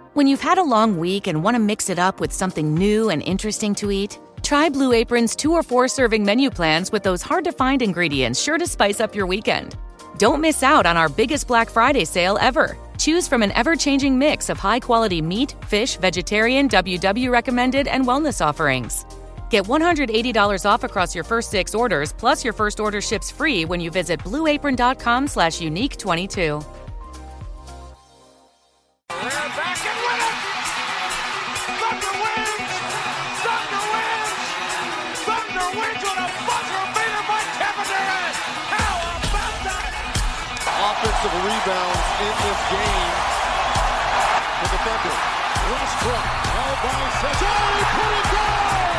When you've had a long week and want to mix it up with something new and interesting to eat, try Blue Apron's 2 or 4 serving menu plans with those hard-to-find ingredients sure to spice up your weekend. Don't miss out on our biggest Black Friday sale ever. Choose from an ever-changing mix of high-quality meat, fish, vegetarian, WW recommended, and wellness offerings. Get $180 off across your first 6 orders, plus your first order ships free when you visit blueapron.com/unique22. Offensive rebounds in this game for the Thunder. Westbrook held by Sajari, put it down!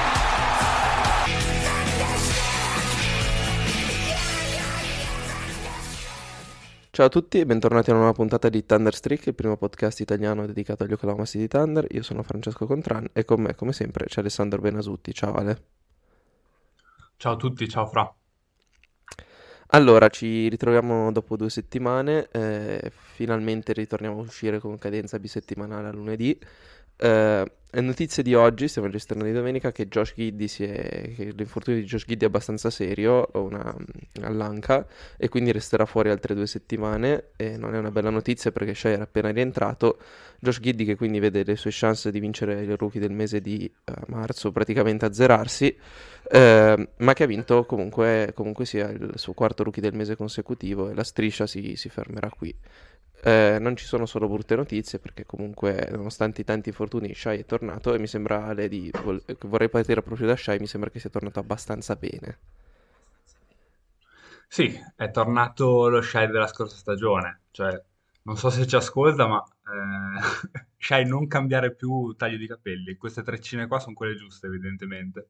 Ciao a tutti e bentornati a una nuova puntata di Thunder Streak, il primo podcast italiano dedicato agli Oklahoma City Thunder. Io sono Francesco Contran e con me, come sempre, c'è Alessandro Benasutti. Ciao Ale. Ciao a tutti, ciao Fra. Allora, ci ritroviamo dopo 2 settimane, finalmente ritorniamo a uscire con cadenza bisettimanale a lunedì. Notizie di oggi, stiamo registrando di domenica, che che l'infortunio di Josh Giddey è abbastanza serio, all'anca, e quindi resterà fuori altre 2 settimane, e non è una bella notizia perché Shai era appena rientrato. Josh Giddey che quindi vede le sue chance di vincere il rookie del mese di marzo praticamente azzerarsi, ma che ha vinto comunque sia il suo quarto rookie del mese consecutivo e la striscia si fermerà qui. Non ci sono solo brutte notizie perché comunque nonostante i tanti infortuni Shai è tornato e mi sembra vorrei partire proprio da Shai, mi sembra che sia tornato abbastanza bene. Sì, è tornato lo Shai della scorsa stagione, cioè non so se ci ascolta, ma Shai non cambiare più taglio di capelli, queste treccine qua sono quelle giuste evidentemente.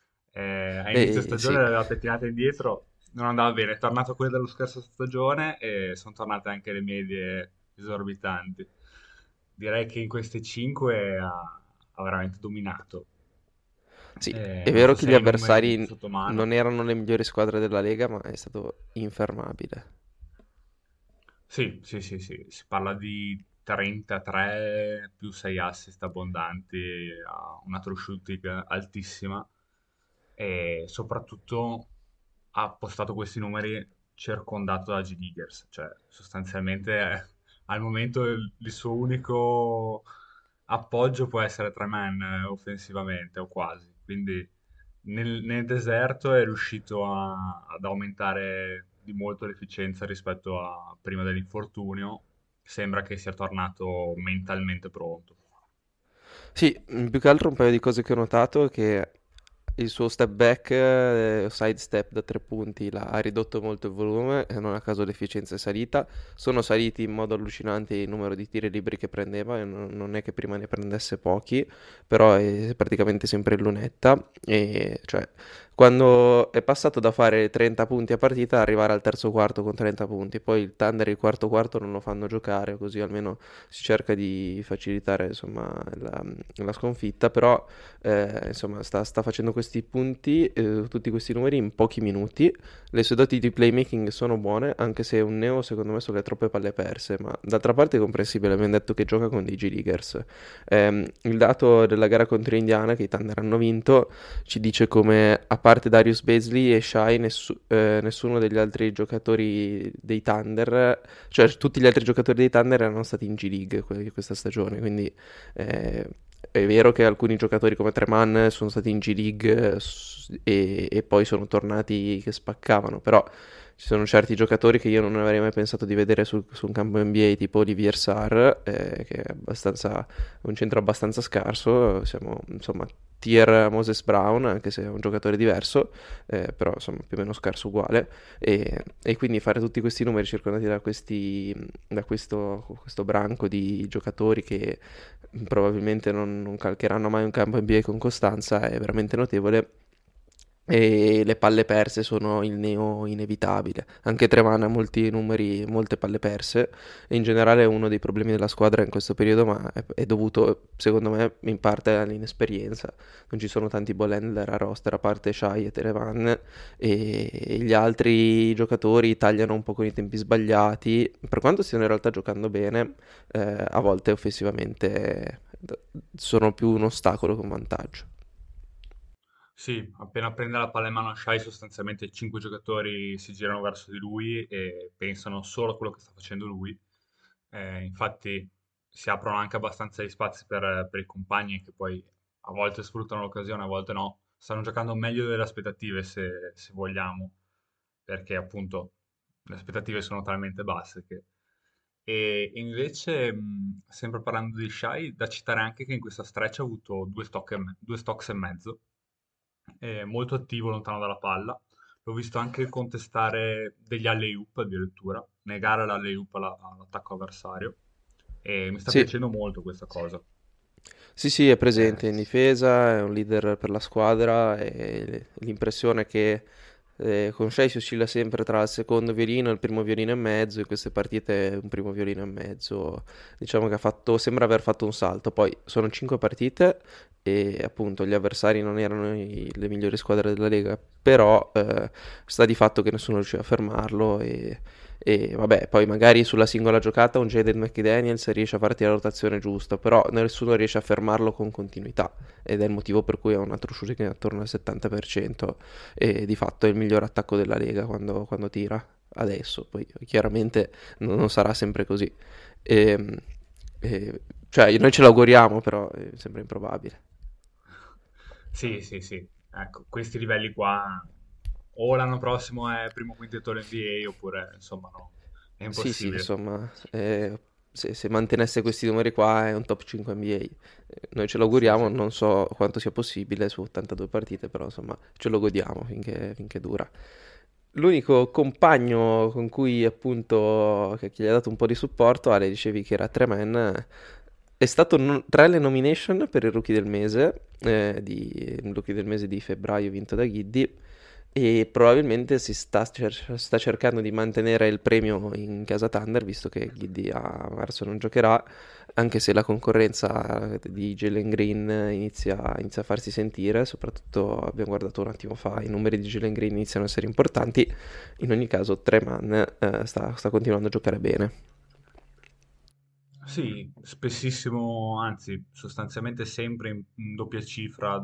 A inizio stagione Sì. l'aveva pettinata indietro, non andava bene, è tornato quello della scorsa stagione e sono tornate anche le medie esorbitanti. Direi che in queste 5 ha veramente dominato. Sì, è Non vero so che se gli hai i numeri avversari sotto mano. non erano le migliori squadre della Lega, ma è stato infermabile. Sì, sì, sì, sì, si parla di 33 più 6 assist abbondanti, ha una true shooting altissima e soprattutto ha postato questi numeri circondato da G-Leaguers, cioè sostanzialmente al momento il suo unico appoggio può essere 3-man offensivamente o quasi, quindi nel deserto è riuscito ad aumentare di molto l'efficienza rispetto a prima dell'infortunio, sembra che sia tornato mentalmente pronto. Sì, più che altro un paio di cose che ho notato è che il suo step back, side step da 3 punti, ha ridotto molto il volume e non a caso l'efficienza è salita. Sono saliti in modo allucinante il numero di tiri liberi che prendeva e non è che prima ne prendesse pochi, però è praticamente sempre in lunetta e cioè quando è passato da fare 30 punti a partita ad arrivare al terzo quarto con 30 punti, poi il Thunder il quarto quarto non lo fanno giocare, così almeno si cerca di facilitare insomma la sconfitta, però insomma sta facendo questi punti, tutti questi numeri in pochi minuti. Le sue doti di playmaking sono buone, anche se un neo secondo me sulle troppe palle perse, ma d'altra parte è comprensibile, abbiamo detto che gioca con dei G-Leaguers. Il dato della gara contro Indiana che i Thunder hanno vinto ci dice come, a parte Darius Bazley e Shai, nessuno degli altri giocatori dei Thunder, cioè tutti gli altri giocatori dei Thunder erano stati in G-League questa stagione, quindi è vero che alcuni giocatori come Treman sono stati in G-League e poi sono tornati che spaccavano, però ci sono certi giocatori che io non avrei mai pensato di vedere su un campo NBA, tipo Olivier Sarr, che è un centro abbastanza scarso. Siamo insomma tier Moses Brown, anche se è un giocatore diverso, però insomma più o meno scarso uguale, e quindi fare tutti questi numeri circondati da questo branco di giocatori che probabilmente non calcheranno mai un campo NBA con costanza è veramente notevole. e le palle perse sono il neo inevitabile. Anche Treman ha molti numeri, molte palle perse e in generale uno dei problemi della squadra in questo periodo, ma è dovuto secondo me in parte all'inesperienza. Non ci sono tanti ball handler a roster a parte Shai e Treman e gli altri giocatori tagliano un po' con i tempi sbagliati, per quanto stiano in realtà giocando bene, a volte offensivamente sono più un ostacolo che un vantaggio. Sì, appena prende la palla in mano Shai, sostanzialmente 5 giocatori si girano verso di lui e pensano solo a quello che sta facendo lui. Infatti si aprono anche abbastanza gli spazi per i compagni che poi a volte sfruttano l'occasione, a volte no. Stanno giocando meglio delle aspettative, se vogliamo, perché appunto le aspettative sono talmente basse che... E invece, sempre parlando di Shai, da citare anche che in questa stretch ha avuto 2 stocks e mezzo, è molto attivo lontano dalla palla. L'ho visto anche contestare degli alley-oop addirittura, negare l'alley-oop all'attacco avversario e mi sta Sì, piacendo molto questa cosa. sì, sì, è Eh, presente in difesa, è un leader per la squadra e l'impressione è che con Shea si oscilla sempre tra il secondo violino e il primo violino e mezzo, in queste partite un primo violino e mezzo, diciamo che sembra aver fatto un salto, poi sono 5 partite e appunto gli avversari non erano le migliori squadre della Lega, però sta di fatto che nessuno riusciva a fermarlo e vabbè, poi magari sulla singola giocata un Jaden McDaniels riesce a farti la rotazione giusta, però nessuno riesce a fermarlo con continuità ed è il motivo per cui ha un true shooting attorno al 70% e di fatto è il miglior attacco della Lega quando tira adesso, poi chiaramente non sarà sempre così. E, cioè noi ce l'auguriamo, però sembra improbabile. sì, sì, sì. Ecco, questi livelli qua o l'anno prossimo è primo quintetto NBA oppure insomma no, è Sì, sì, impossibile. insomma, se mantenesse questi numeri qua è un top 5 NBA. Noi ce Sì, l'auguriamo, sì. non so quanto sia possibile su 82 partite, però insomma ce lo godiamo finché dura. L'unico compagno con cui appunto che gli ha dato un po' di supporto, Ale, dicevi che era Treman, è stato tra le nomination per il il rookie del mese di febbraio vinto da Giddy e probabilmente sta cercando di mantenere il premio in casa Thunder visto che Giddy a marzo non giocherà, anche se la concorrenza di Jalen Green inizia a farsi sentire, soprattutto abbiamo guardato un attimo fa, i numeri di Jalen Green iniziano a essere importanti, in ogni caso Treman sta continuando a giocare bene. Sì, spessissimo, anzi, sostanzialmente sempre in doppia cifra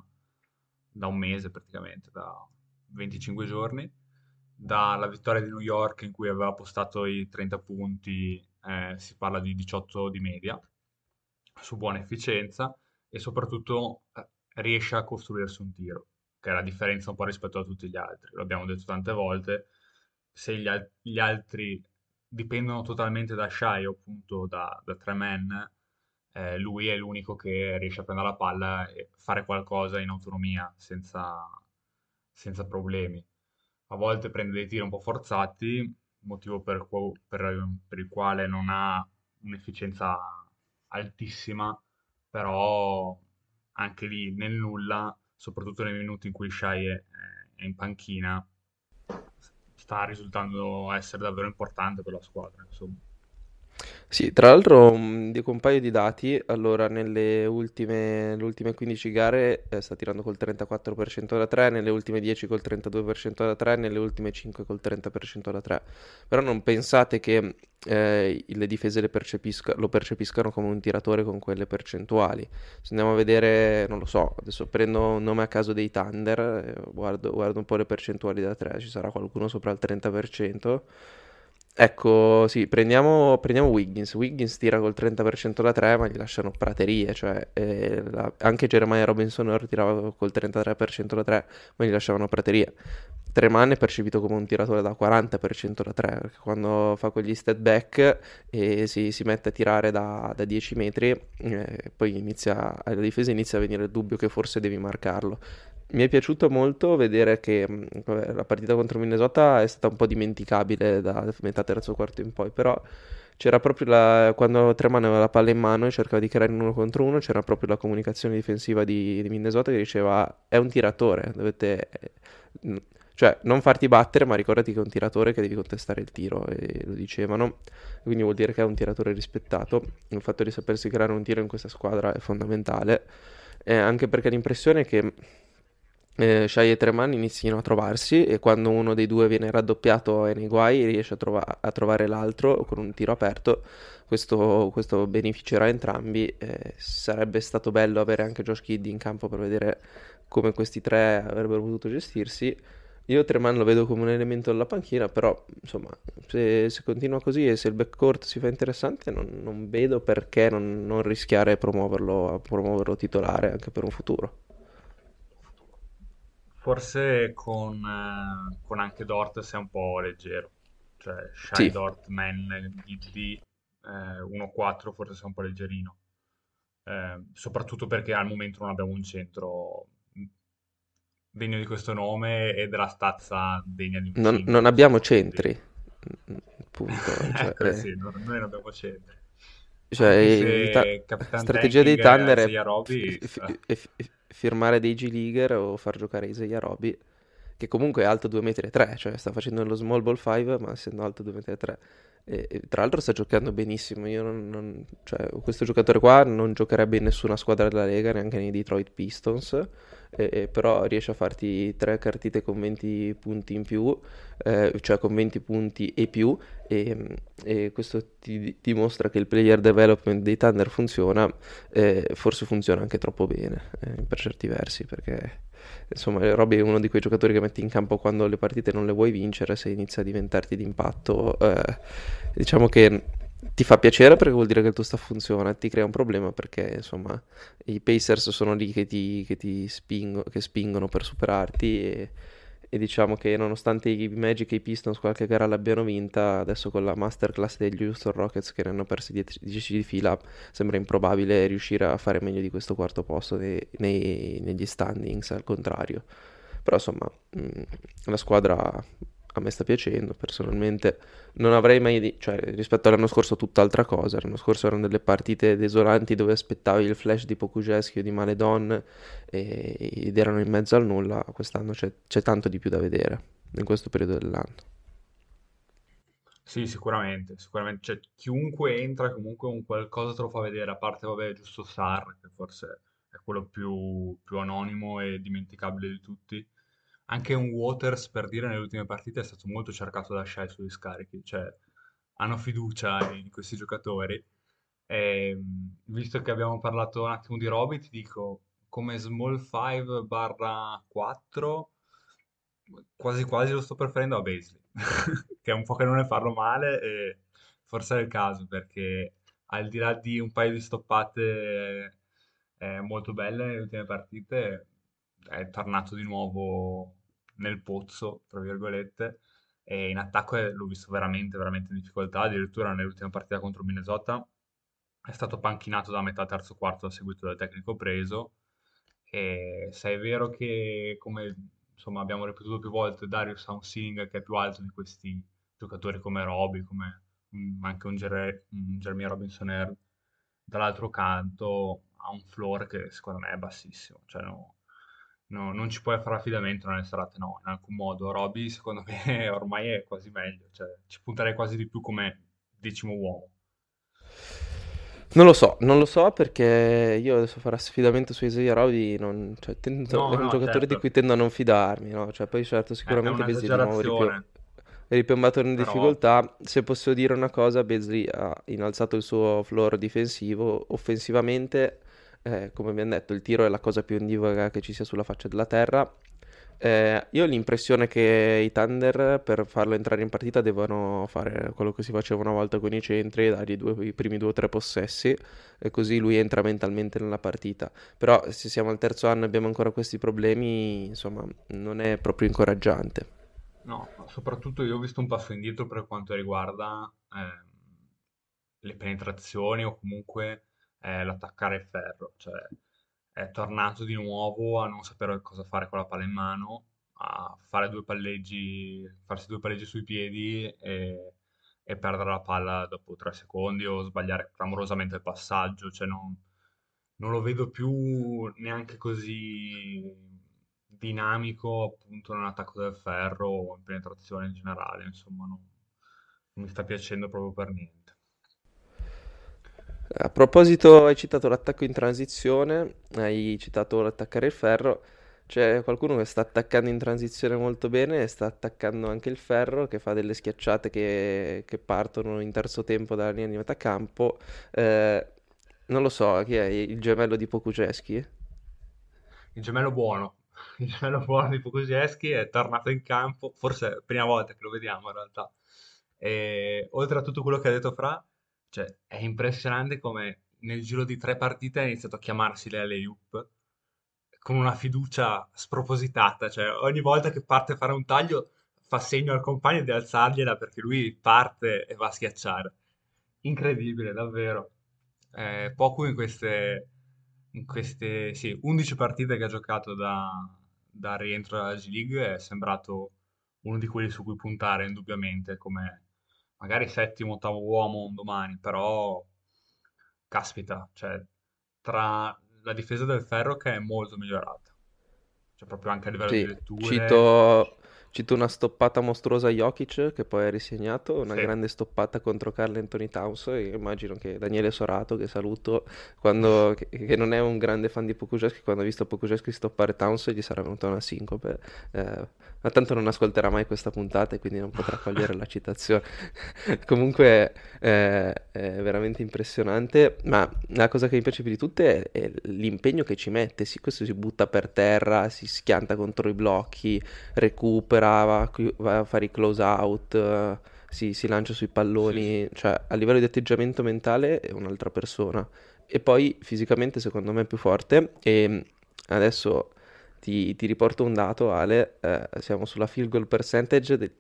da un mese praticamente, da 25 giorni, dalla vittoria di New York in cui aveva postato i 30 punti, si parla di 18 di media, su buona efficienza e soprattutto riesce a costruirsi un tiro, che è la differenza un po' rispetto a tutti gli altri. Lo abbiamo detto tante volte, se gli altri dipendono totalmente da Shai o appunto da tre man, lui è l'unico che riesce a prendere la palla e fare qualcosa in autonomia, senza problemi. A volte prende dei tiri un po' forzati, motivo per il quale non ha un'efficienza altissima, però anche lì nel nulla, soprattutto nei minuti in cui Shai è in panchina, sta risultando essere davvero importante per la squadra, insomma. Sì, tra l'altro dico un paio di dati, allora le ultime 15 gare sta tirando col 34% da 3, nelle ultime 10 col 32% da 3, nelle ultime 5 col 30% da 3, però non pensate che le difese lo percepiscano come un tiratore con quelle percentuali. Se andiamo a vedere, non lo so, adesso prendo un nome a caso dei Thunder, guardo un po' le percentuali da 3, ci sarà qualcuno sopra il 30%. Ecco, sì, prendiamo Wiggins. Wiggins tira col 30% da 3, ma gli lasciano praterie, cioè anche Jeremiah Robinson ora tirava col 33% da 3, ma gli lasciavano praterie. Treman è percepito come un tiratore da 40% da 3, perché quando fa quegli step back e si mette a tirare da 10 metri, poi alla difesa inizia a venire il dubbio che forse devi marcarlo. Mi è piaciuto molto vedere che vabbè, la partita contro Minnesota è stata un po' dimenticabile da metà terzo quarto in poi, però c'era proprio quando Treman aveva la palla in mano e cercava di creare un uno contro uno, c'era proprio la comunicazione difensiva di Minnesota che diceva è un tiratore, mm, cioè non farti battere, ma ricordati che è un tiratore che devi contestare il tiro, e lo dicevano, quindi vuol dire che è un tiratore rispettato. Il fatto di sapersi creare un tiro in questa squadra è fondamentale, anche perché l'impressione è che Shai e Treman inizino a trovarsi e quando uno dei due viene raddoppiato e nei guai riesce a trovare l'altro con un tiro aperto. Questo beneficerà entrambi. Sarebbe stato bello avere anche Josh Kidd in campo per vedere come questi tre avrebbero potuto gestirsi. Io Treman lo vedo come un elemento della panchina, però insomma, se continua così e se il backcourt si fa interessante, non vedo perché non rischiare a promuoverlo titolare anche per un futuro. Forse con anche Dort sei un po' leggero, cioè Shai Sì, Dort, Man, Giddy, 1-4 forse sei un po' leggerino. Soprattutto perché al momento non abbiamo un centro degno di questo nome e della stazza degna di un non 5, abbiamo insomma, quindi centri, punto. Cioè, ecco sì, noi non abbiamo centri. cioè, Anche la se Capitan strategia dei Tanking Thunder è Isaiah Roby, firmare dei G-Leaguer o far giocare Isaiah Roby, che comunque è alto 2,3 m, cioè sta facendo lo small ball 5, ma essendo alto 2,3 m. E tra l'altro sta giocando benissimo. Io cioè, questo giocatore qua non giocherebbe in nessuna squadra della Lega, neanche nei Detroit Pistons. Però riesce a farti tre partite con 20 punti in più, cioè con 20 punti e più, e questo ti dimostra che il player development dei Thunder funziona, forse funziona anche troppo bene, per certi versi, perché insomma Roby è uno di quei giocatori che metti in campo quando le partite non le vuoi vincere, se inizia a diventarti d'impatto, diciamo che ti fa piacere perché vuol dire che il tuo staff funziona, ti crea un problema perché insomma i Pacers sono lì che spingono per superarti, e diciamo che nonostante i Magic e i Pistons qualche gara l'abbiano vinta, adesso con la masterclass degli Houston Rockets che ne hanno persi 10 di fila, sembra improbabile riuscire a fare meglio di questo quarto posto negli standings, al contrario. Però insomma, la squadra a me sta piacendo, personalmente non avrei mai, cioè rispetto all'anno scorso tutt'altra cosa. L'anno scorso erano delle partite desolanti dove aspettavi il flash di Pokuševski o di Maledon, ed erano in mezzo al nulla. Quest'anno c'è tanto di più da vedere in questo periodo dell'anno. sì, sicuramente, sicuramente. Cioè, chiunque entra comunque un qualcosa te lo fa vedere, a parte, vabbè, giusto Sarr, che forse è quello più anonimo e dimenticabile di tutti. Anche un Waters, per dire, nelle ultime partite è stato molto cercato da Shai sugli scarichi, cioè hanno fiducia in questi giocatori. E, visto che abbiamo parlato un attimo di Roby, ti dico, come small 5/4, quasi quasi lo sto preferendo a Beasley, che è un po' che non ne parlo male e forse è il caso, perché al di là di un paio di stoppate molto belle nelle ultime partite, è tornato di nuovo nel pozzo, tra virgolette, e in attacco l'ho visto veramente, veramente in difficoltà, addirittura nell'ultima partita contro Minnesota è stato panchinato da metà terzo quarto a seguito del tecnico preso. E se è vero che, come insomma abbiamo ripetuto più volte, Darius ha un ceiling che è più alto di questi giocatori come Roby, come anche un Jeremy Robinson Earl, dall'altro canto ha un floor che secondo me è bassissimo, cioè non ci puoi fare affidamento nelle serate, no, in alcun modo. Roby secondo me ormai è quasi meglio, cioè ci punterei quasi di più come decimo uomo. Non lo so perché io adesso fare affidamento su Isaiah Roby, cioè, è No, un no, giocatore di certo, cui tendo a non fidarmi, no? Cioè, poi certo, è sicuramente Beasley di nuovo un'esagerazione, ripiombato in però difficoltà. Se posso dire una cosa, Beasley ha innalzato il suo floor difensivo, offensivamente, come abbiamo detto, il tiro è la cosa più ondivaga che ci sia sulla faccia della terra. Io ho l'impressione che i Thunder per farlo entrare in partita devono fare quello che si faceva una volta con i centri, dargli i primi 2 o 3 possessi e così lui entra mentalmente nella partita. Però se siamo al terzo anno e abbiamo ancora questi problemi, insomma, non è proprio incoraggiante. no, ma soprattutto io ho visto un passo indietro per quanto riguarda le penetrazioni o comunque l'attaccare il ferro, cioè è tornato di nuovo a non sapere cosa fare con la palla in mano, a fare due palleggi, farsi due palleggi sui piedi e perdere la palla dopo 3 secondi o sbagliare clamorosamente il passaggio, cioè non lo vedo più neanche così dinamico appunto in un attacco del ferro o in penetrazione in generale, insomma, non mi sta piacendo proprio per niente. A proposito, hai citato l'attacco in transizione, hai citato l'attaccare il ferro. C'è qualcuno che sta attaccando in transizione molto bene e sta attaccando anche il ferro, che fa delle schiacciate che partono in terzo tempo dalla linea di metà campo. Eh, non lo so, chi è il gemello di Pokuševski? Il gemello buono, il gemello buono di Pokuševski è tornato in campo, forse è la prima volta che lo vediamo in realtà. E oltre a tutto quello che ha detto Fra, cioè, è impressionante come nel giro di 3 partite ha iniziato a chiamarsi le alley-oop con una fiducia spropositata, cioè ogni volta che parte a fare un taglio fa segno al compagno di alzargliela perché lui parte e va a schiacciare. Incredibile, davvero. Poco in queste sì, 11 partite che ha giocato da rientro dalla G-League è sembrato uno di quelli su cui puntare indubbiamente, come magari settimo, ottavo uomo un domani, però caspita, cioè tra la difesa del ferro che è molto migliorata, cioè proprio anche a livello di Sì, letture, cito una stoppata mostruosa a Jokic che poi ha risegnato, una sì. grande stoppata contro Karl Anthony Towns e immagino che Daniele Sorato, che saluto, che non è un grande fan di Pokuševski, quando ha visto Pokuševski stoppare Towns gli sarà venuta una sincope, ma tanto non ascolterà mai questa puntata e quindi non potrà cogliere la citazione. Comunque è veramente impressionante, ma la cosa che mi piace più di tutte è l'impegno che ci mette. Sì, questo si butta per terra, si schianta contro i blocchi, recupera, va a fare i close out, si lancia sui Sì, sì. palloni, cioè a livello di atteggiamento mentale è un'altra persona. E poi fisicamente secondo me è più forte e adesso ti riporto un dato, Ale, siamo sulla field goal percentage del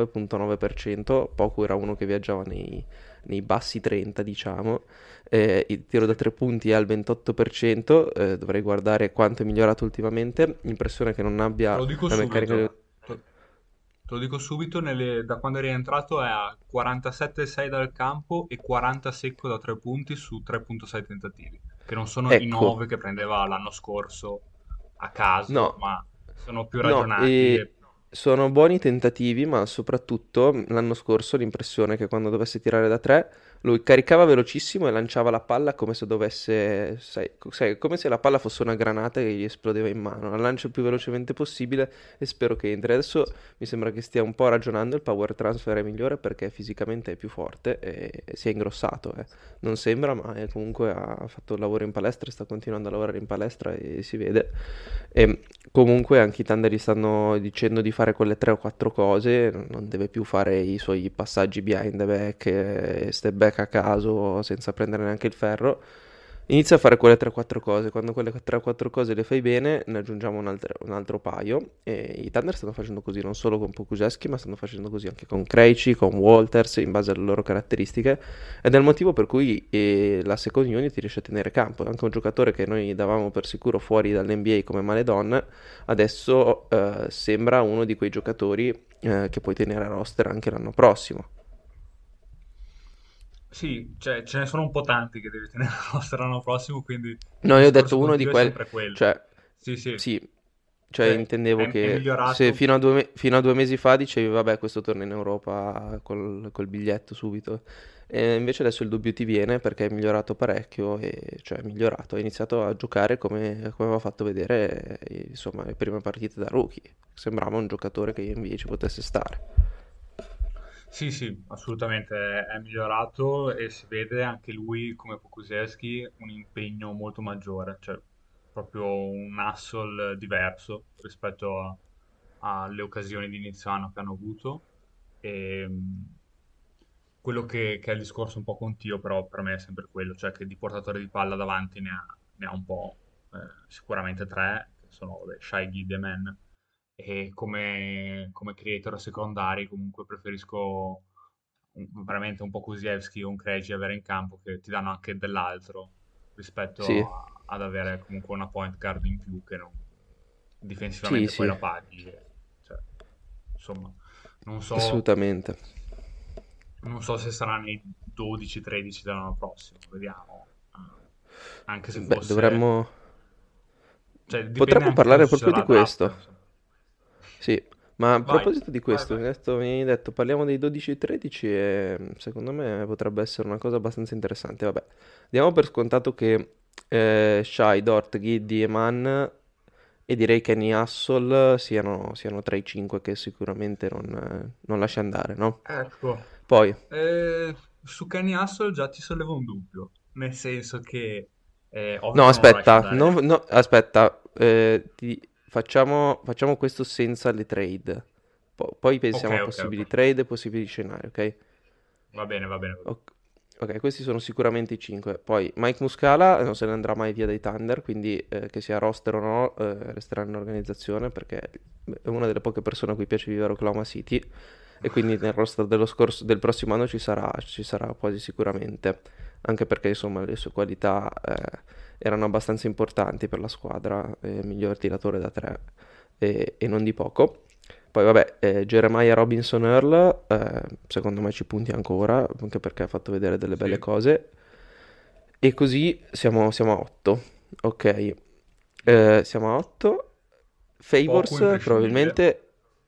39,9%, poco era uno che viaggiava nei bassi 30, diciamo, il tiro da Sì. 3 punti è al 28%, dovrei guardare quanto è migliorato ultimamente, impressione che non Te abbia lo dico la meccanica subito. Te lo dico subito, da quando è rientrato è a 47,6 dal campo e 40 secco da 3 punti su 3,6 tentativi, che non sono i Ecco, 9 che prendeva l'anno scorso a caso, no, ma sono più no, ragionati. sono buoni tentativi, ma soprattutto l'anno scorso l'impressione che quando dovesse tirare da tre, lui caricava velocissimo e lanciava la palla come se dovesse, sai, come se la palla fosse una granata che gli esplodeva in mano. La lancio il più velocemente possibile e spero che entri. Adesso mi sembra che stia un po' ragionando, il power transfer è migliore perché fisicamente è più forte e si è ingrossato, eh. Non sembra, ma comunque ha fatto il lavoro in palestra e sta continuando a lavorare in palestra e si vede. E comunque anche i Thunder gli stanno dicendo di fare quelle 3 o 4 cose, non deve più fare i suoi passaggi behind the back, step back a caso senza prendere neanche il ferro. Inizia a fare quelle 3 o 4 cose, quando quelle 3 o 4 cose le fai bene ne aggiungiamo un altro paio e i Thunder stanno facendo così non solo con Pokuševski ma stanno facendo così anche con Krejci, con Walters in base alle loro caratteristiche ed è il motivo per cui la second unit riesce a tenere campo. È anche un giocatore che noi davamo per sicuro fuori dall'NBA come Maledon, adesso sembra uno di quei giocatori che puoi tenere a roster anche l'anno prossimo. Sì, cioè, ce ne sono un po' tanti che devi tenere al roster l'anno prossimo, quindi il No, io ho discorso detto uno di continuo è quelli, sempre quello. cioè, Sì, sì, sì, cioè cioè, intendevo è che se migliorato. fino a 2 mesi fa dicevi, vabbè, questo torna in Europa col biglietto subito. E invece adesso il dubbio ti viene perché è migliorato parecchio, e, cioè è migliorato, ha iniziato a giocare come aveva fatto vedere, insomma, le prime partite da rookie. Sembrava un giocatore che in NBA ci potesse stare. Sì, sì, assolutamente è migliorato e si vede anche lui, come Pokusevski, un impegno molto maggiore, cioè proprio un hustle diverso rispetto alle occasioni di inizio anno che hanno avuto. E, quello che è il discorso un po' con Tio, però per me è sempre quello, cioè che di portatore di palla davanti ne ha un po', sicuramente tre, che sono vabbè, Shai, Gide e Man, e come creator secondari comunque preferisco veramente un po' Kuziewski o un Krejci avere in campo che ti danno anche dell'altro Sì, rispetto ad avere comunque una point guard in più che sì, difensivamente poi sì, la paghi. Cioè, insomma, non so. assolutamente. Non so se sarà nei 12-13 dell'anno prossimo, vediamo. Anche se Beh, fosse... dovremmo... Cioè, dipende Potremmo anche cosa parlare proprio succederà di al draft, questo. insomma. Sì, ma a Vai, proposito di vai, questo, vai. mi hai detto parliamo dei 12-13 e secondo me potrebbe essere una cosa abbastanza interessante. Vabbè, diamo per scontato che Shai, Dort, Giddy e Mann e direi Kenny Hassel siano tra i 5 che sicuramente non lascia andare, no? Ecco, Poi, su Kenny Hassel già ti sollevo un dubbio, nel senso che ovvio no, che non lo lascio aspetta, andare. aspetta, facciamo questo senza le trade. Poi Ok, pensiamo a ok, ok. possibili trade e possibili scenari, ok? Va bene, va bene, va bene. Ok, ok, questi sono sicuramente i 5. Poi Mike Muscala non se ne andrà mai via dai Thunder, quindi che sia roster o no, resterà in organizzazione perché è una delle poche persone a cui piace vivere a Oklahoma City e quindi nel roster del prossimo anno ci sarà quasi sicuramente, anche perché insomma le sue qualità erano abbastanza importanti per la squadra, miglior tiratore da 3 e non di poco. Poi vabbè, Jeremiah Robinson Earl, secondo me ci punti ancora, anche perché ha fatto vedere delle belle Sì, cose. E così siamo a 8. Ok, siamo a 8. poco Favors imprescindibile. probabilmente,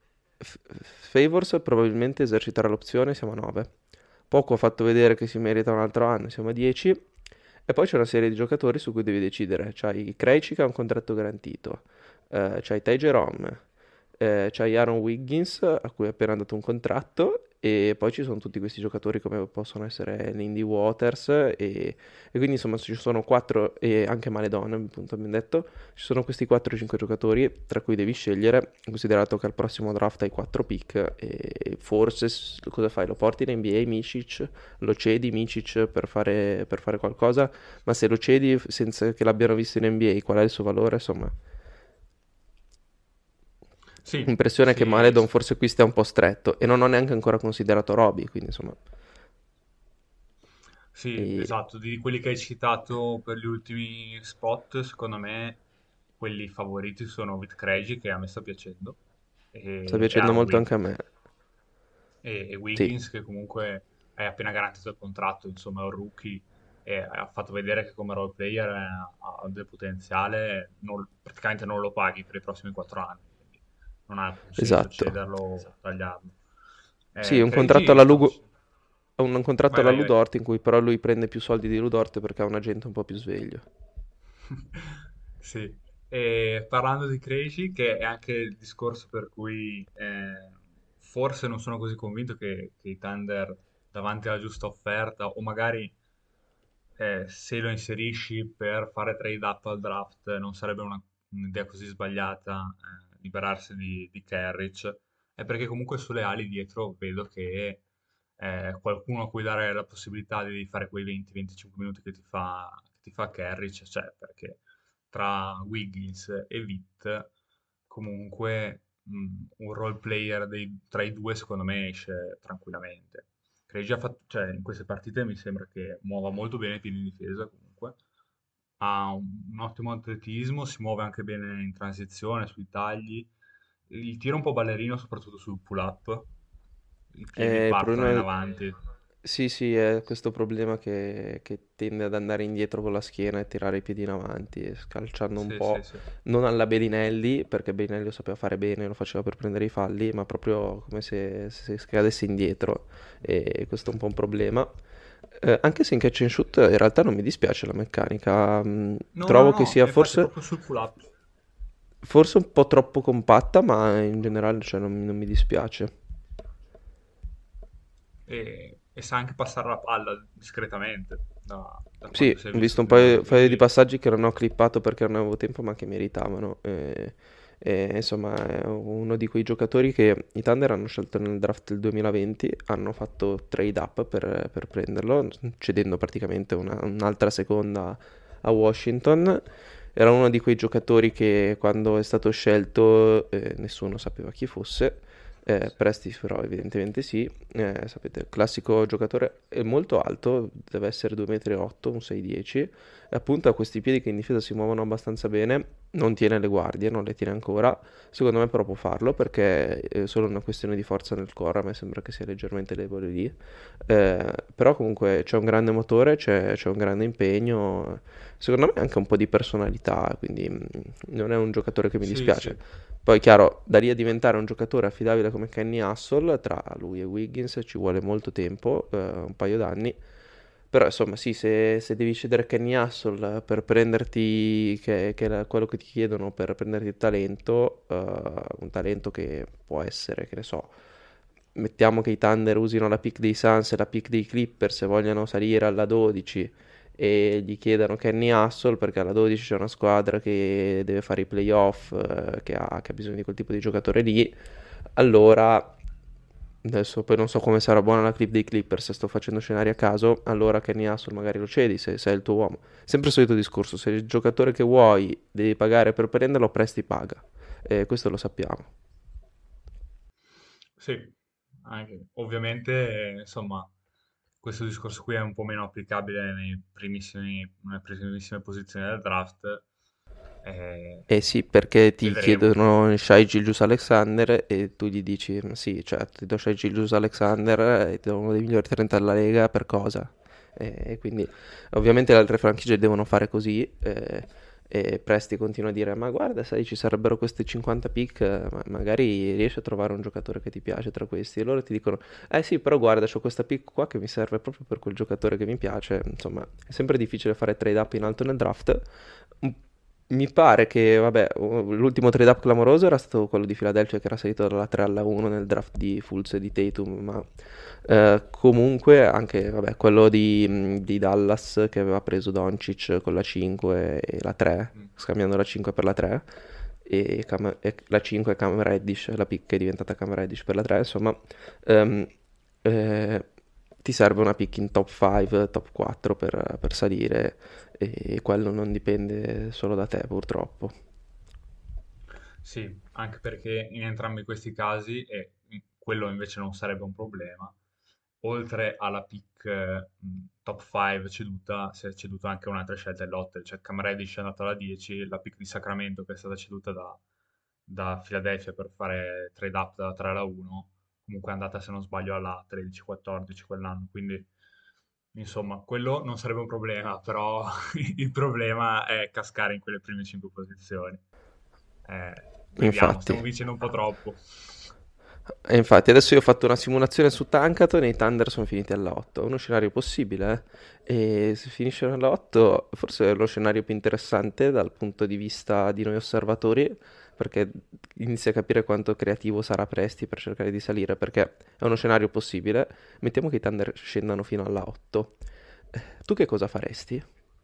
Favors probabilmente eserciterà l'opzione, siamo a 9. Poco ha fatto vedere che si merita un altro anno, siamo a 10. E poi c'è una serie di giocatori su cui devi decidere. C'hai Krejci che ha un contratto garantito, c'hai Ty Jerome, c'hai Aaron Wiggins a cui è appena dato un contratto e poi ci sono tutti questi giocatori come possono essere Lindy Waters e quindi insomma ci sono 4 e anche Maledon, appunto abbiamo detto, ci sono questi 4-5 giocatori tra cui devi scegliere, considerato che al prossimo draft hai 4 pick e forse cosa fai? Lo porti in NBA Micic, lo cedi Micic per fare qualcosa, ma se lo cedi senza che l'abbiano visto in NBA, qual è il suo valore? Insomma, Sì, l'impressione è che sì, Maledon forse qui stia un po' stretto e non ho neanche ancora considerato Roby, quindi insomma... sì, e esatto. Di quelli che hai citato per gli ultimi spot, secondo me quelli favoriti sono Vit Krejci, che a me sta piacendo, sta e piacendo Aaron molto anche a Wiggins. me. E Sì, Wiggins che comunque è appena garantito il contratto, insomma è un rookie e ha fatto vedere che come role player ha del potenziale, praticamente non lo paghi per i prossimi 4 anni, quindi non ha alcun senso esatto. cederlo o tagliarlo. Sì, un contratto Credi, alla stavo... Lugo, un contratto Vai, alla vai, vai. Ludort in cui però lui prende più soldi di Ludort perché ha un agente un po' più sveglio. Sì, e parlando di Krejci, che è anche il discorso per cui forse non sono così convinto che i Thunder davanti alla giusta offerta o magari se lo inserisci per fare trade up al draft non sarebbe un'idea così sbagliata liberarsi di Carrick, è perché comunque sulle ali dietro vedo che qualcuno a cui dare la possibilità di fare quei 20-25 minuti che ti fa Carrick, cioè perché tra Wiggins e Witt comunque un role player tra i due secondo me esce tranquillamente. Cregi ha fatto, cioè, in queste partite mi sembra che muova molto bene i piedi in difesa comunque. Ha un ottimo atletismo, si muove anche bene in transizione, sui tagli. Il tiro un po' ballerino, soprattutto sul pull-up. I piedi Il partono in problema... avanti. Sì, sì, è questo problema che tende ad andare indietro con la schiena e tirare i piedi in avanti, scalciando un Sì, sì, po', sì. non alla Bellinelli, perché Bellinelli lo sapeva fare bene, lo faceva per prendere i falli, ma proprio come se scadesse indietro, e questo è un po' un problema. Anche se in catch and shoot in realtà non mi dispiace la meccanica, No, no, trovo che no, sia ma infatti forse, proprio sul pull-up. forse un po' troppo compatta, ma in generale cioè, non mi dispiace. E sa anche passare la palla discretamente, da Sì, quanto si è ho visto visto un finora. paio di Quindi, passaggi che non ho clippato perché non avevo tempo, ma che meritavano. Insomma, è uno di quei giocatori che i Thunder hanno scelto nel draft del 2020, hanno fatto trade up per prenderlo, cedendo praticamente un'altra seconda a Washington. Era uno di quei giocatori che quando è stato scelto nessuno sapeva chi fosse. Prestis però evidentemente sì, sapete, classico giocatore è molto alto, deve essere 2,8 m, un 6,10 m, e appunto ha questi piedi che in difesa si muovono abbastanza bene non tiene le guardie, non le tiene ancora. Secondo me però può farlo perché è solo una questione di forza nel core, a me sembra che sia leggermente debole lì. Però comunque c'è un grande motore, c'è un grande impegno, secondo me anche un po' di personalità, quindi non è un giocatore che mi Sì, dispiace. sì, Poi chiaro, da lì a diventare un giocatore affidabile come Kenny Hassel, tra lui e Wiggins ci vuole molto tempo, un paio d'anni. Però insomma sì, se devi cedere Kenny Hassel per prenderti, che è quello che ti chiedono per prenderti il talento, un talento che può essere, che ne so, mettiamo che i Thunder usino la pick dei Suns e la pick dei Clippers e vogliono salire alla 12 e gli chiedano Kenny Hassel perché alla 12 c'è una squadra che deve fare i playoff, che ha bisogno di quel tipo di giocatore lì, allora adesso poi non so come sarà buona la clip dei Clippers, se sto facendo scenari a caso, allora Kenny Hassel magari lo cedi se è il tuo uomo. Sempre il solito discorso, se il giocatore che vuoi devi pagare per prenderlo, presti paga. E questo lo sappiamo. sì. Ovviamente, insomma, questo discorso qui è un po' meno applicabile nelle primissime posizioni del draft. Eh sì, perché ti Vedremo. chiedono Shai Gilgeous-Alexander e tu gli dici, "Ma sì, cioè, ti do Shai Gilgeous-Alexander e ti do uno dei migliori 30 della Lega per cosa?" E quindi ovviamente le altre franchigie devono fare così e Presti continua a dire, ma guarda, sai, ci sarebbero questi 50 pick, ma magari riesci a trovare un giocatore che ti piace tra questi. E loro ti dicono, eh sì, però guarda, c'ho questa pick qua che mi serve proprio per quel giocatore che mi piace. Insomma, è sempre difficile fare trade up in alto nel draft. Un mi pare che, vabbè, l'ultimo trade up clamoroso era stato quello di Philadelphia che era salito dalla 3 alla 1 nel draft di Fultz e di Tatum, ma comunque anche, vabbè, quello di Dallas che aveva preso Doncic con la 5 e la 3, Mm. scambiando la 5 per la 3, e la 5 è Cam Reddish, la pick è diventata Cam Reddish per la 3, insomma, ehm, eh, ti serve una pick in top 5, top 4 per salire e quello non dipende solo da te, purtroppo. Sì, anche perché in entrambi questi casi, e quello invece non sarebbe un problema, oltre alla pick top 5 ceduta, si è ceduta anche un'altra scelta dell'otto, cioè Cam Reddish è andata alla 10, la pick di Sacramento che è stata ceduta da Philadelphia per fare trade up dalla 3 alla 1, comunque è andata se non sbaglio alla 13-14 quell'anno, quindi insomma quello non sarebbe un problema, però il problema è cascare in quelle prime 5 posizioni. Vediamo, Infatti. stiamo vincendo un po' troppo. E infatti adesso io ho fatto una simulazione su Tankaton e i Thunder sono finiti alla 8, è uno scenario possibile, eh? E se finiscono alla 8 forse è lo scenario più interessante dal punto di vista di noi osservatori, perché inizi a capire quanto creativo sarà Presti per cercare di salire, perché è uno scenario possibile. Mettiamo che i Thunder scendano fino alla 8. Tu che cosa faresti?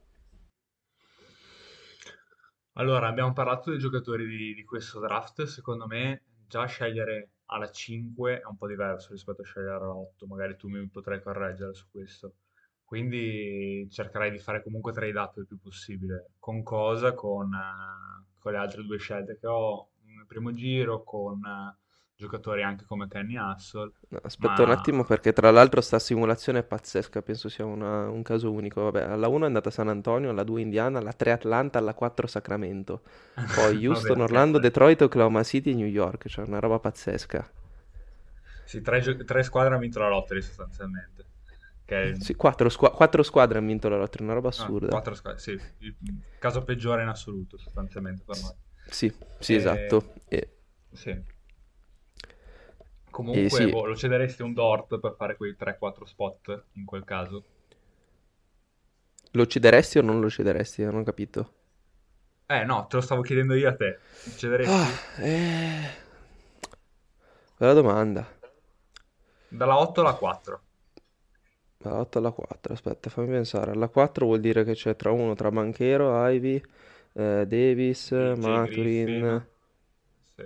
Allora, abbiamo parlato dei giocatori di questo draft. Secondo me, già scegliere alla 5 è un po' diverso rispetto a scegliere alla 8. Magari tu mi potrai correggere su questo. Quindi cercherai di fare comunque trade up il più possibile. Con cosa? Con le altre due scelte che ho nel primo giro, con giocatori anche come Kenny Hassel. No, aspetta un attimo Ma perché tra l'altro sta simulazione è pazzesca, penso sia un caso unico. Vabbè, alla 1 è andata San Antonio, alla 2 Indiana, alla 3 Atlanta, alla 4 Sacramento. Poi vabbè, Houston, ok. Orlando, Detroit, Oklahoma City e New York, cioè una roba pazzesca. Sì, tre squadre hanno vinto la lottery sostanzialmente. Che è Sì, 4 squadre hanno vinto la lotteria, una roba assurda. quattro squadre, sì, il caso peggiore in assoluto sostanzialmente per noi. Sì, sì, E, esatto. sì. E Comunque, sì, boh, lo cederesti un Dort per fare quei 3-4 spot in quel caso? lo cederesti o non lo cederesti? Non ho capito. No, te lo stavo chiedendo io a te. Ah, Cederesti? bella domanda. Dalla 8 alla 4. Dalla 8 alla 4, aspetta, fammi pensare. Alla 4 vuol dire che c'è tra Banchero, Ivy, Davis, AJ Griffin. Maturin. Sì.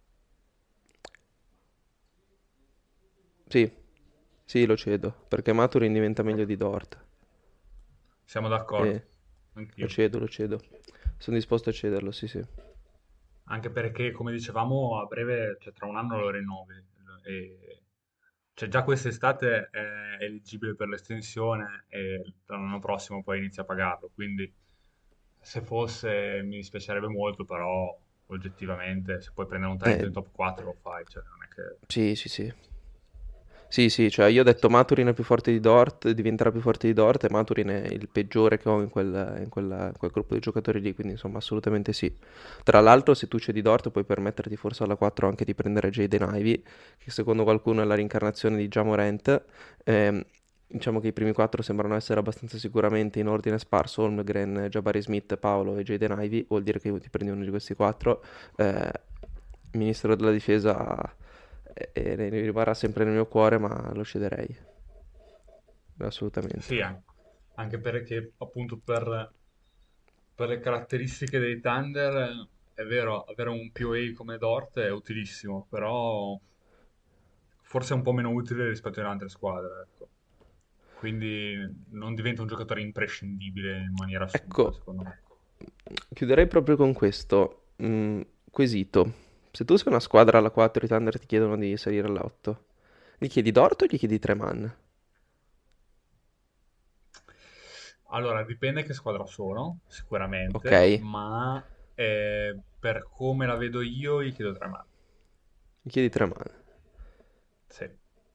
Sì, sì, lo cedo, perché Maturin diventa meglio di Dort. Siamo d'accordo. E lo Anch'io. cedo, lo cedo. Sono disposto a cederlo, sì, sì. Anche perché, come dicevamo, a breve, cioè tra un anno lo rinnovi. E, cioè già quest'estate è eleggibile per l'estensione e l'anno prossimo poi inizia a pagarlo. Quindi se fosse mi dispiacerebbe molto, però oggettivamente se puoi prendere un talento in top 4 lo fai, cioè non è che... Sì, sì, sì. Sì, sì, cioè io ho detto Maturin è più forte di Dort, diventerà più forte di Dort e Maturin è il peggiore che ho in quel gruppo di giocatori lì, quindi insomma assolutamente sì. Tra l'altro se tu cedi Dort puoi permetterti forse alla 4 anche di prendere Jaden Ivey, che secondo qualcuno è la rincarnazione di Ja Morant. Diciamo che i primi 4 sembrano essere abbastanza sicuramente in ordine sparso, Holmgren, Jabari Smith, Paolo e Jaden Ivey, vuol dire che ti prendi uno di questi 4. Ministro della difesa rimarrà sempre nel mio cuore, ma lo cederei assolutamente. Sì, anche perché appunto per le caratteristiche dei Thunder è vero, avere un POA come Dort è utilissimo, però forse è un po' meno utile rispetto alle altre squadre, ecco. Quindi non diventa un giocatore imprescindibile in maniera assoluta, Ecco, secondo me. chiuderei proprio con questo quesito. Se tu sei una squadra alla 4 i Thunder ti chiedono di salire alla 8, gli chiedi Dort o gli chiedi Treman? Allora, dipende che squadra sono, Ok, sicuramente, ma per come la vedo io, gli chiedo 3 mani. gli chiedi Treman. Sì.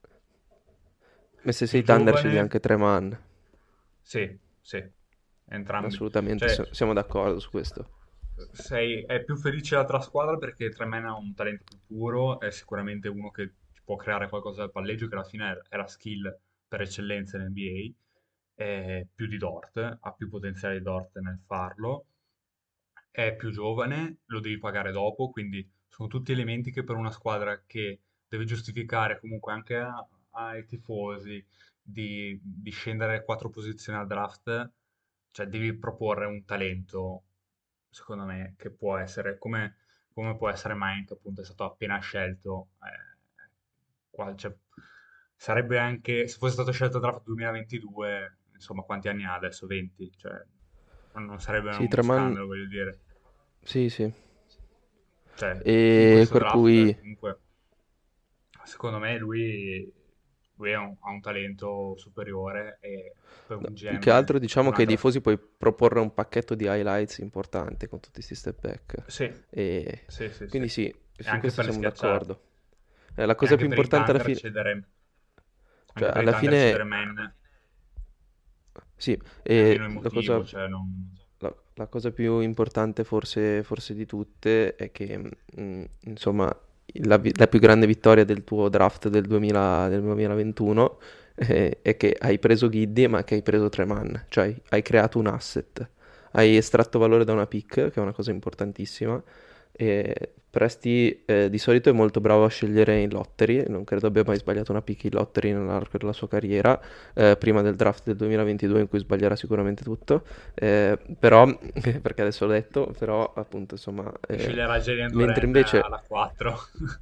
E se Più sei Thunder scegli giovane, anche Treman. sì, sì, entrambi. Assolutamente, Cioè, siamo d'accordo su questo. è più felice l'altra squadra perché Tremaine ha un talento più puro, è sicuramente uno che ti può creare qualcosa dal palleggio, che alla fine è la skill per eccellenza in NBA, è più di Dort, ha più potenziale di Dort nel farlo, è più giovane, lo devi pagare dopo, quindi sono tutti elementi che per una squadra che deve giustificare comunque anche ai tifosi di scendere 4 posizioni al draft, cioè devi proporre un talento, secondo me, che può essere come può essere Mine, che appunto è stato appena scelto. Cioè, sarebbe anche, se fosse stato scelto draft 2022, insomma, quanti anni ha adesso? 20? Cioè, non sarebbe Sì, uno Treman, scandalo, voglio dire. sì, sì. Cioè, in E questo per draft, cui, comunque, secondo me lui ha un talento superiore e per no, un più che GM altro di diciamo che ai un'altra... tifosi puoi proporre un pacchetto di highlights importante con tutti questi step back. Sì, E sì, sì, sì. quindi sì, E su anche questo per le siamo schiacciate. d'accordo. La E cosa anche più per i importante alla Thunder fine, cedere... cioè Anche per i alla Thunder cedere fine, Man sì, è meno e la emotivo, cosa, cioè non... la cosa più importante forse di tutte è che, insomma, la più grande vittoria del tuo draft del 2021 è che hai preso Giddy ma che hai preso Treman, cioè hai creato un asset, hai estratto valore da una pick, che è una cosa importantissima, e Presti di solito è molto bravo a scegliere in lottery, non credo abbia mai sbagliato una pick in lottery nell'arco della sua carriera, prima del draft del 2022 in cui sbaglierà sicuramente tutto. Però, perché adesso l'ho detto, però appunto insomma, Sceglierà Jalen mentre Duren invece, alla 4.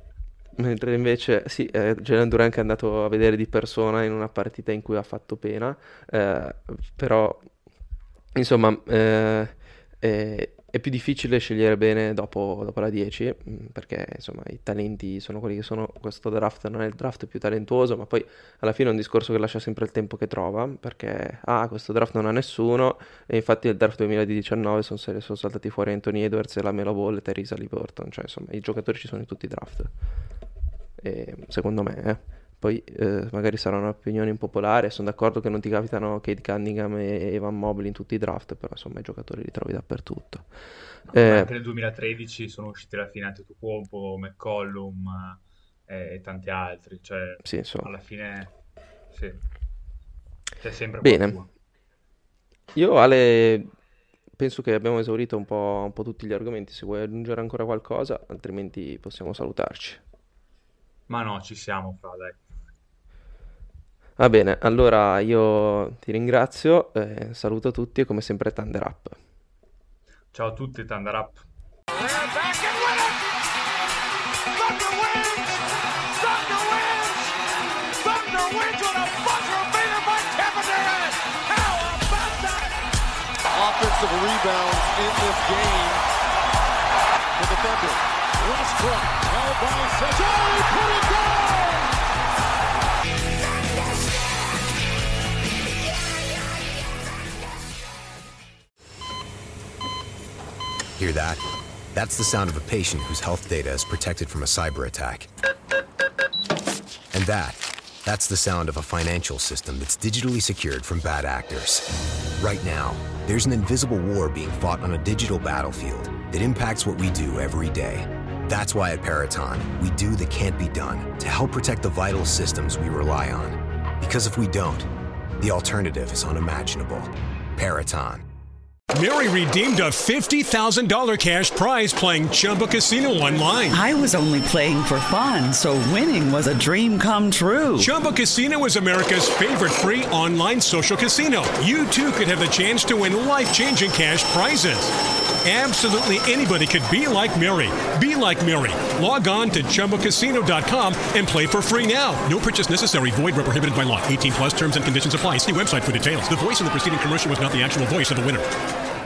sì, Jalen Duran che è andato a vedere di persona in una partita in cui ha fatto pena, eh, però insomma, è più difficile scegliere bene dopo la 10, perché insomma i talenti sono quelli che sono. Questo draft non è il draft più talentuoso, ma poi alla fine è un discorso che lascia sempre il tempo che trova, perché questo draft non ha nessuno, e infatti nel draft 2019 sono saltati fuori Anthony Edwards e la Melo Ball e Theresa Haliburton, cioè insomma i giocatori ci sono in tutti i draft, secondo me, Poi magari sarà un'opinione impopolare, sono d'accordo che non ti capitano Cade Cunningham e Evan Mobley in tutti i draft, però insomma i giocatori li trovi dappertutto. No, come Eh, anche nel 2013 sono usciti alla fine Antetokounmpo, McCollum e tanti altri, cioè sì, insomma. alla fine sì, c'è sempre Bene, qualcuno. io Ale penso che abbiamo esaurito un po' tutti gli argomenti, se vuoi aggiungere ancora qualcosa, altrimenti possiamo salutarci. Ma no, ci siamo fra, dai. Va bene, allora io ti ringrazio, saluto tutti e come sempre Thunder Up. Ciao a tutti, Thunder Up. Back and win it! Thunder wins! Thunder wins! Thunder wins on a buzzer beater by Kevin Durant! How about that? Offensive rebounds in this game for the Thunder. Westbrook held by Cesare, put it down! Hear that? That's the sound of a patient whose health data is protected from a cyber attack. And that's the sound of a financial system that's digitally secured from bad actors. Right now, there's an invisible war being fought on a digital battlefield that impacts what we do every day. That's why at Peraton, we do the can't be done to help protect the vital systems we rely on. Because if we don't, the alternative is unimaginable. Peraton. Mary redeemed a $50,000 cash prize playing Chumba Casino online. I was only playing for fun, so winning was a dream come true. Chumba Casino is America's favorite free online social casino. You too could have the chance to win life-changing cash prizes. Absolutely anybody could be like Mary. Be like Mary. Log on to ChumbaCasino.com and play for free now. No purchase necessary. Void where prohibited by law. 18 plus terms and conditions apply. See website for details. The voice in the preceding commercial was not the actual voice of the winner.